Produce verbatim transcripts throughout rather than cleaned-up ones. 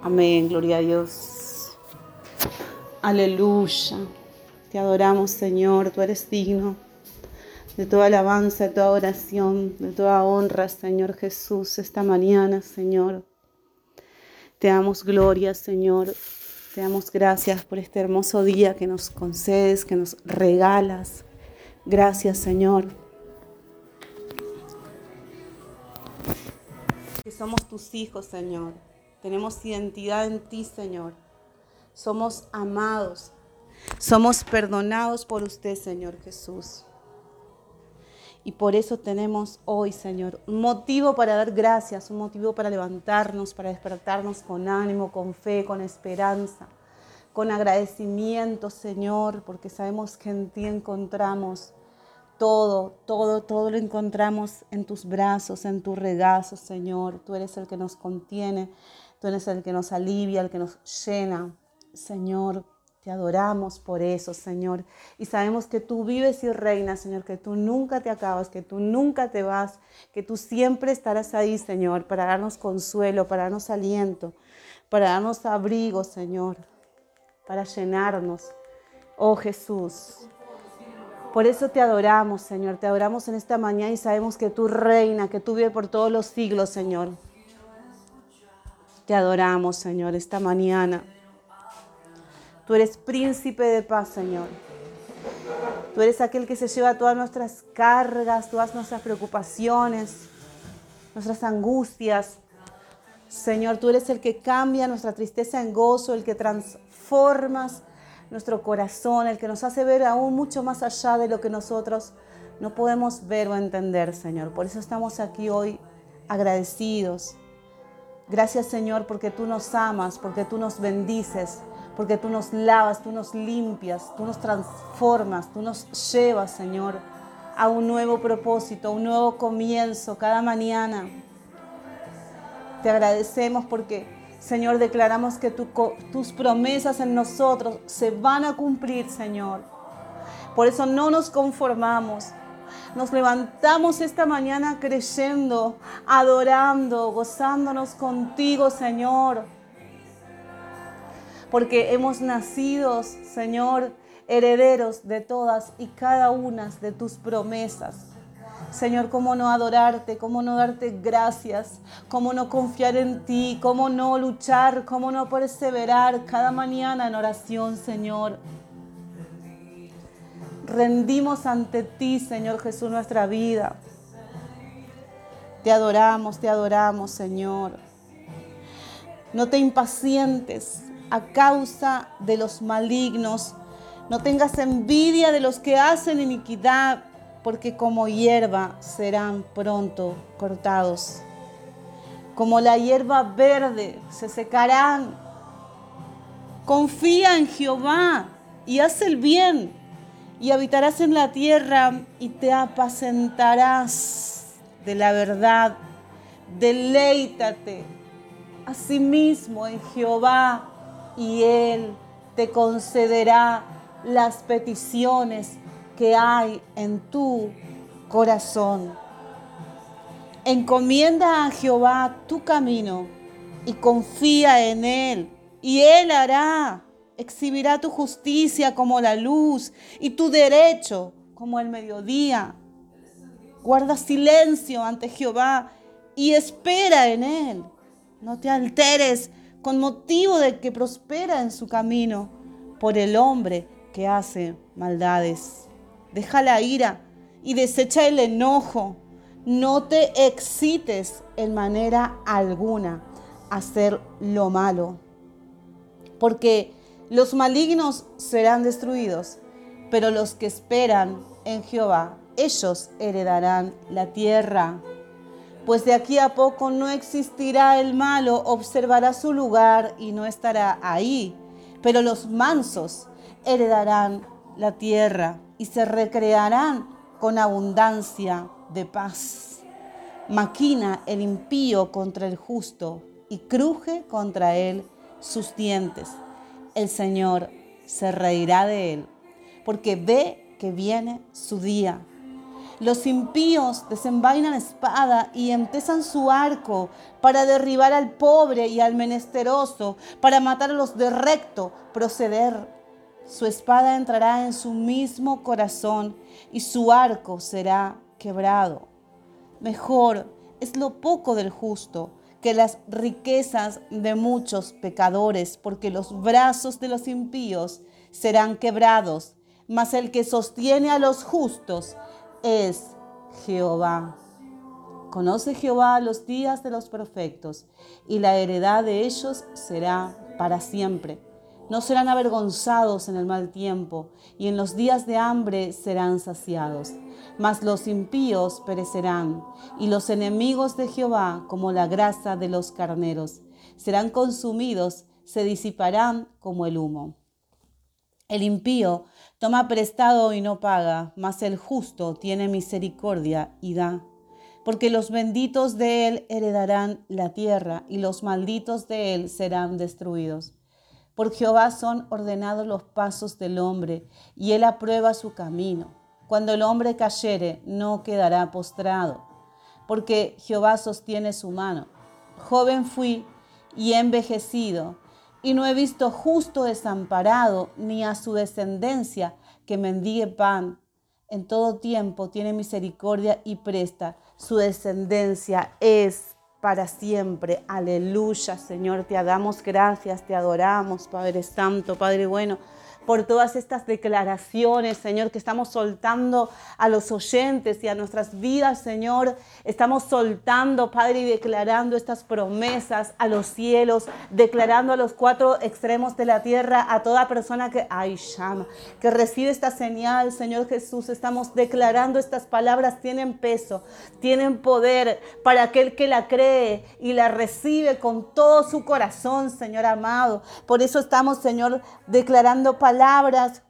Amén, gloria a Dios. Aleluya. Te adoramos, Señor, tú eres digno de toda alabanza, de toda oración, de toda honra, Señor Jesús, esta mañana, Señor. Te damos gloria, Señor. Te damos gracias por este hermoso día que nos concedes, que nos regalas. Gracias, Señor. Que somos tus hijos, Señor. Tenemos identidad en ti, Señor. Somos amados. Somos perdonados por usted, Señor Jesús. Y por eso tenemos hoy, Señor, un motivo para dar gracias, un motivo para levantarnos, para despertarnos con ánimo, con fe, con esperanza, con agradecimiento, Señor, porque sabemos que en ti encontramos todo, todo, todo lo encontramos en tus brazos, en tu regazo, Señor. Tú eres el que nos contiene, tú eres el que nos alivia, el que nos llena, Señor. Te adoramos por eso, Señor. Y sabemos que tú vives y reinas, Señor, que tú nunca te acabas, que tú nunca te vas, que tú siempre estarás ahí, Señor, para darnos consuelo, para darnos aliento, para darnos abrigo, Señor, para llenarnos. Oh Jesús. Por eso te adoramos, Señor. Te adoramos en esta mañana y sabemos que tú reinas, que tú vives por todos los siglos, Señor. Te adoramos, Señor, esta mañana. Tú eres príncipe de paz, Señor. Tú eres aquel que se lleva todas nuestras cargas, todas nuestras preocupaciones, nuestras angustias. Señor, tú eres el que cambia nuestra tristeza en gozo, el que transformas nuestro corazón, el que nos hace ver aún mucho más allá de lo que nosotros no podemos ver o entender, Señor. Por eso estamos aquí hoy agradecidos. Gracias, Señor, porque tú nos amas, porque tú nos bendices, porque tú nos lavas, tú nos limpias, tú nos transformas, tú nos llevas, Señor, a un nuevo propósito, a un nuevo comienzo cada mañana. Te agradecemos porque, Señor, declaramos que tu, tus promesas en nosotros se van a cumplir, Señor. Por eso no nos conformamos. Nos levantamos esta mañana creyendo, adorando, gozándonos contigo, Señor. Porque hemos nacido, Señor, herederos de todas y cada una de tus promesas. Señor, cómo no adorarte, cómo no darte gracias, cómo no confiar en ti, cómo no luchar, cómo no perseverar cada mañana en oración, Señor. Rendimos ante ti, Señor Jesús, nuestra vida. Te adoramos, te adoramos, Señor. No te impacientes a causa de los malignos. No tengas envidia de los que hacen iniquidad, porque como hierba serán pronto cortados. Como la hierba verde se secarán. Confía en Jehová y haz el bien, y habitarás en la tierra y te apacentarás de la verdad. Deleítate asimismo en Jehová, y Él te concederá las peticiones que hay en tu corazón. Encomienda a Jehová tu camino y confía en Él, y Él hará. Exhibirá tu justicia como la luz y tu derecho como el mediodía. Guarda silencio ante Jehová y espera en Él. No te alteres con motivo de que prospera en su camino por el hombre que hace maldades. Deja la ira y desecha el enojo. No te excites en manera alguna a hacer lo malo, porque los malignos serán destruidos, pero los que esperan en Jehová, ellos heredarán la tierra. Pues de aquí a poco no existirá el malo, observará su lugar y no estará ahí. Pero los mansos heredarán la tierra y se recrearán con abundancia de paz. Maquina el impío contra el justo y cruje contra él sus dientes. El Señor se reirá de él, porque ve que viene su día. Los impíos desenvainan espada y empiezan su arco para derribar al pobre y al menesteroso, para matar a los de recto proceder. Su espada entrará en su mismo corazón y su arco será quebrado. Mejor es lo poco del justo que las riquezas de muchos pecadores, porque los brazos de los impíos serán quebrados, mas el que sostiene a los justos es Jehová. Conoce Jehová los días de los perfectos, y la heredad de ellos será para siempre. No serán avergonzados en el mal tiempo, y en los días de hambre serán saciados. Mas los impíos perecerán, y los enemigos de Jehová como la grasa de los carneros. Serán consumidos, se disiparán como el humo. El impío toma prestado y no paga, mas el justo tiene misericordia y da. Porque los benditos de él heredarán la tierra, y los malditos de él serán destruidos. Por Jehová son ordenados los pasos del hombre, y él aprueba su camino. Cuando el hombre cayere, no quedará postrado, porque Jehová sostiene su mano. Joven fui y he envejecido, y no he visto justo desamparado, ni a su descendencia que mendigue pan. En todo tiempo tiene misericordia y presta. Su descendencia es para siempre. Aleluya, Señor, te damos gracias, te adoramos, Padre Santo, Padre bueno, por todas estas declaraciones, Señor, que estamos soltando a los oyentes y a nuestras vidas, Señor. Estamos soltando, Padre, y declarando estas promesas a los cielos, declarando a los cuatro extremos de la tierra, a toda persona que, ay, llama, que recibe esta señal, Señor Jesús. Estamos declarando estas palabras, tienen peso, tienen poder para aquel que la cree y la recibe con todo su corazón, Señor amado. Por eso estamos, Señor, declarando palabras palabras,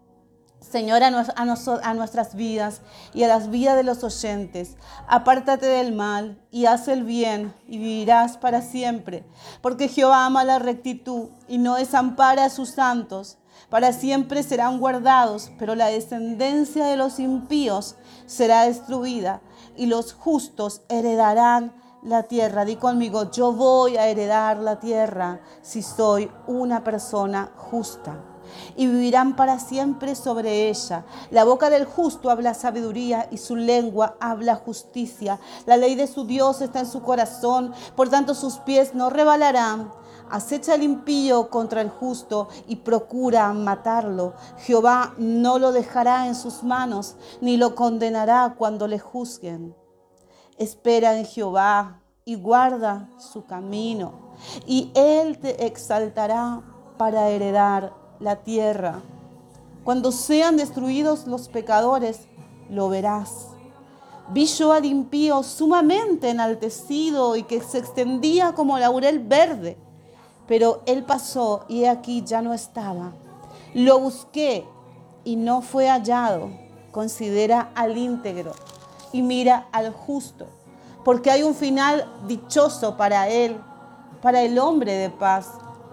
Señor, a, nos, a, nos, a nuestras vidas y a las vidas de los oyentes. Apártate del mal y haz el bien y vivirás para siempre, porque Jehová ama la rectitud y no desampara a sus santos. Para siempre serán guardados, pero la descendencia de los impíos será destruida y los justos heredarán la tierra. Di conmigo, yo voy a heredar la tierra si soy una persona justa. Y vivirán para siempre sobre ella. La boca del justo habla sabiduría y su lengua habla justicia. La ley de su Dios está en su corazón, por tanto sus pies no rebalarán. Acecha el impío contra el justo y procura matarlo. Jehová no lo dejará en sus manos, ni lo condenará cuando le juzguen. Espera en Jehová y guarda su camino, y él te exaltará para heredar la tierra. Cuando sean destruidos los pecadores, lo verás. Vi yo al impío sumamente enaltecido y que se extendía como laurel verde, pero él pasó y he aquí ya no estaba. Lo busqué y no fue hallado. Considera al íntegro y mira al justo, porque hay un final dichoso para él, para el hombre de paz.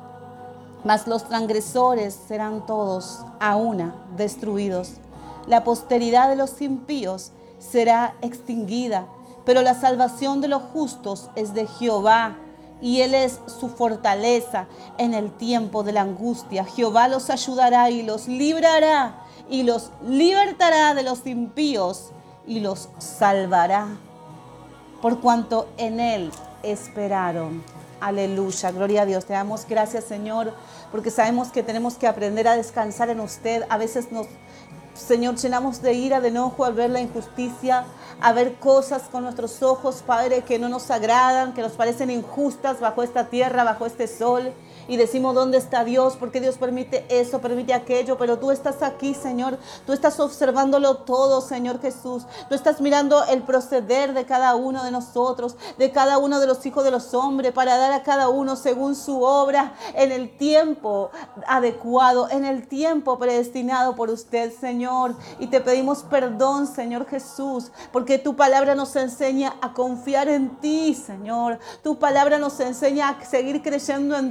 Mas los transgresores serán todos a una destruidos. La posteridad de los impíos será extinguida, pero la salvación de los justos es de Jehová, y él es su fortaleza en el tiempo de la angustia. Jehová los ayudará y los librará, y los libertará de los impíos, y los salvará, por cuanto en él esperaron. Aleluya, gloria a Dios. Te damos gracias, Señor, porque sabemos que tenemos que aprender a descansar en usted. A veces nos, Señor, llenamos de ira, de enojo al ver la injusticia, a ver cosas con nuestros ojos, Padre, que no nos agradan, que nos parecen injustas bajo esta tierra, bajo este sol. Y decimos, ¿dónde está Dios? ¿Por qué Dios permite eso, permite aquello? Pero tú estás aquí, Señor. Tú estás observándolo todo, Señor Jesús. Tú estás mirando el proceder de cada uno de nosotros, de cada uno de los hijos de los hombres, para dar a cada uno según su obra, en el tiempo adecuado, en el tiempo predestinado por usted, Señor. Y te pedimos perdón, Señor Jesús, porque tu palabra nos enseña a confiar en ti, Señor. Tu palabra nos enseña a seguir creyendo en ti. Muchos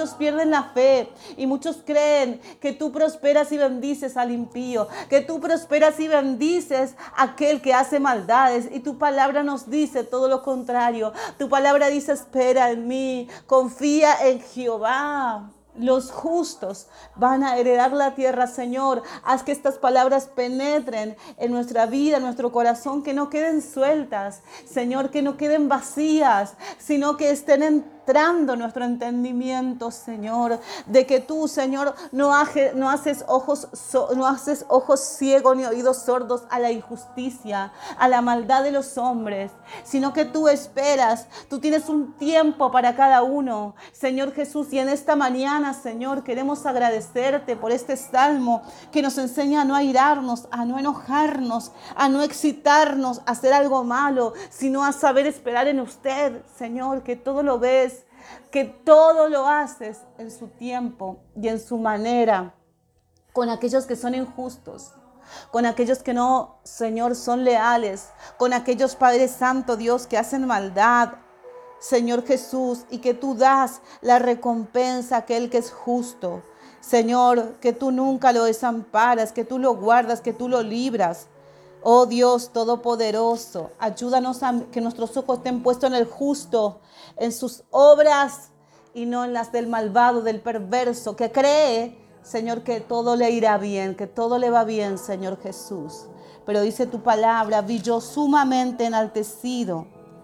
muchos pierden la fe y muchos creen que tú prosperas y bendices al impío, que tú prosperas y bendices a aquel que hace maldades. Y tu palabra nos dice todo lo contrario. Tu palabra dice: espera en mí, confía en Jehová. Los justos van a heredar la tierra, Señor. Haz que estas palabras penetren en nuestra vida, en nuestro corazón, que no queden sueltas, Señor, que no queden vacías, sino que estén entrando en nuestro entendimiento, Señor, de que tú, Señor, no, hace, no, haces ojos, so, no haces ojos ciegos ni oídos sordos a la injusticia, a la maldad de los hombres, sino que tú esperas, tú tienes un tiempo para cada uno, Señor Jesús, y en esta mañana, Señor, queremos agradecerte por este salmo que nos enseña a no airarnos, a no enojarnos, a no excitarnos, a hacer algo malo, sino a saber esperar en usted, Señor, que todo lo ves, que todo lo haces en su tiempo y en su manera, con aquellos que son injustos, con aquellos que no, Señor, son leales, con aquellos, Padre Santo, Dios, que hacen maldad, Señor Jesús, y que tú das la recompensa a aquel que es justo. Señor, que tú nunca lo desamparas, que tú lo guardas, que tú lo libras. Oh Dios Todopoderoso, ayúdanos a que nuestros ojos estén puestos en el justo, en sus obras y no en las del malvado, del perverso, que cree, Señor, que todo le irá bien, que todo le va bien, Señor Jesús. Pero dice tu palabra: vi yo sumamente enaltecido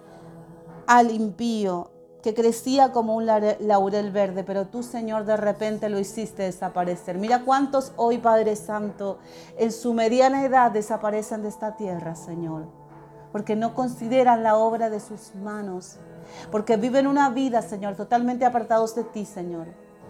al impío, que crecía como un laurel verde, pero tú, Señor, de repente lo hiciste desaparecer. Mira cuántos hoy, Padre Santo, en su mediana edad desaparecen de esta tierra, Señor, porque no consideran la obra de sus manos, porque viven una vida, Señor, totalmente apartados de ti, Señor.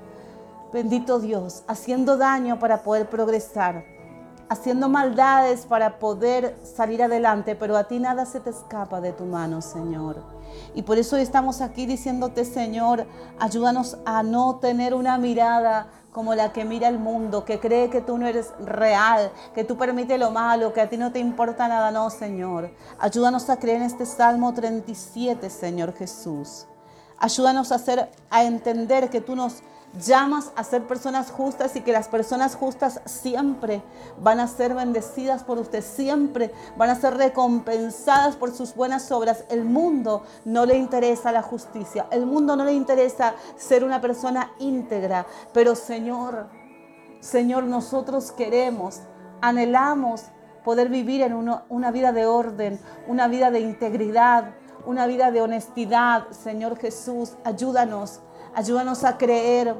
Bendito Dios, haciendo daño para poder progresar, haciendo maldades para poder salir adelante, pero a ti nada se te escapa de tu mano, Señor. Y por eso estamos aquí diciéndote, Señor, ayúdanos a no tener una mirada como la que mira el mundo, que cree que tú no eres real, que tú permites lo malo, que a ti no te importa nada. No, Señor. Ayúdanos a creer en este Salmo treinta y siete, Señor Jesús. Ayúdanos a, hacer, a entender que tú nos llamas a ser personas justas y que las personas justas siempre van a ser bendecidas por usted, siempre van a ser recompensadas por sus buenas obras. El mundo no le interesa la justicia, el mundo no le interesa ser una persona íntegra, pero Señor, Señor, nosotros queremos, anhelamos poder vivir en uno, una vida de orden, una vida de integridad, una vida de honestidad. Señor Jesús, ayúdanos. Ayúdanos a creer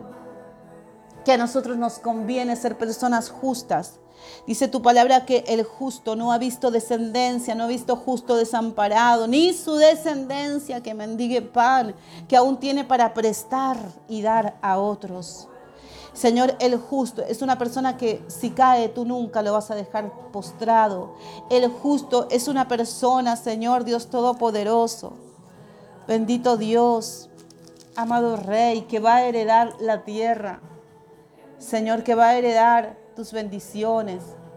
que a nosotros nos conviene ser personas justas. Dice tu palabra que el justo no ha visto descendencia, no ha visto justo desamparado, ni su descendencia que mendigue pan, que aún tiene para prestar y dar a otros. Señor, el justo es una persona que si cae tú nunca lo vas a dejar postrado. El justo es una persona, Señor Dios Todopoderoso, bendito Dios, amado Rey, que va a heredar la tierra. Señor, que va a heredar tus bendiciones,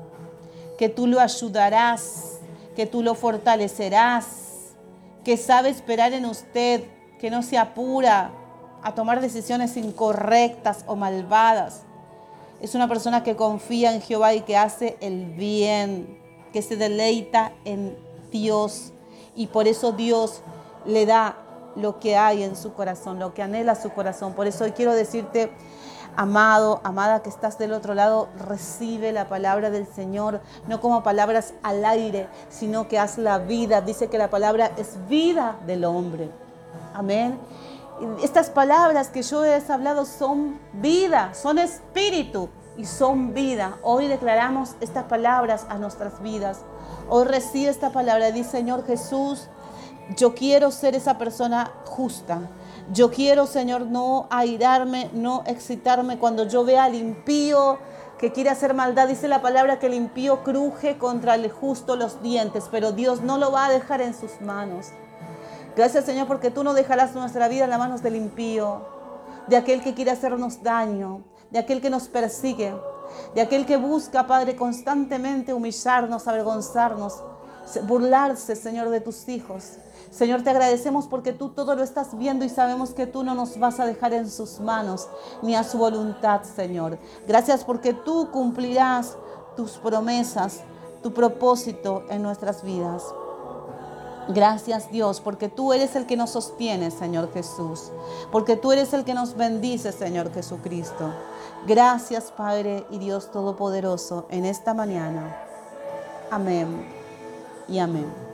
que tú lo ayudarás, que tú lo fortalecerás, que sabe esperar en usted, que no se apura a tomar decisiones incorrectas o malvadas. Es una persona que confía en Jehová y que hace el bien, que se deleita en Dios, y por eso Dios le da lo que hay en su corazón, lo que anhela su corazón. Por eso hoy quiero decirte, amado, amada que estás del otro lado, recibe la palabra del Señor, no como palabras al aire, sino que haz la vida. Dice que la palabra es vida del hombre. Amén. Estas palabras que yo he hablado son vida, son espíritu y son vida. Hoy declaramos estas palabras a nuestras vidas. Hoy recibe esta palabra. Dice, Señor Jesús, yo quiero ser esa persona justa. Yo quiero, Señor, no airarme, no excitarme cuando yo vea al impío que quiere hacer maldad. Dice la palabra que el impío cruje contra el justo los dientes, pero Dios no lo va a dejar en sus manos. Gracias, Señor, porque tú no dejarás nuestra vida en las manos del impío, de aquel que quiere hacernos daño, de aquel que nos persigue, de aquel que busca, Padre, constantemente humillarnos, avergonzarnos, burlarse, Señor, de tus hijos. Señor, te agradecemos porque tú todo lo estás viendo y sabemos que tú no nos vas a dejar en sus manos ni a su voluntad, Señor. Gracias porque tú cumplirás tus promesas, tu propósito en nuestras vidas. Gracias, Dios, porque tú eres el que nos sostiene, Señor Jesús, porque tú eres el que nos bendice, Señor Jesucristo. Gracias, Padre y Dios Todopoderoso, en esta mañana. Amén y amén.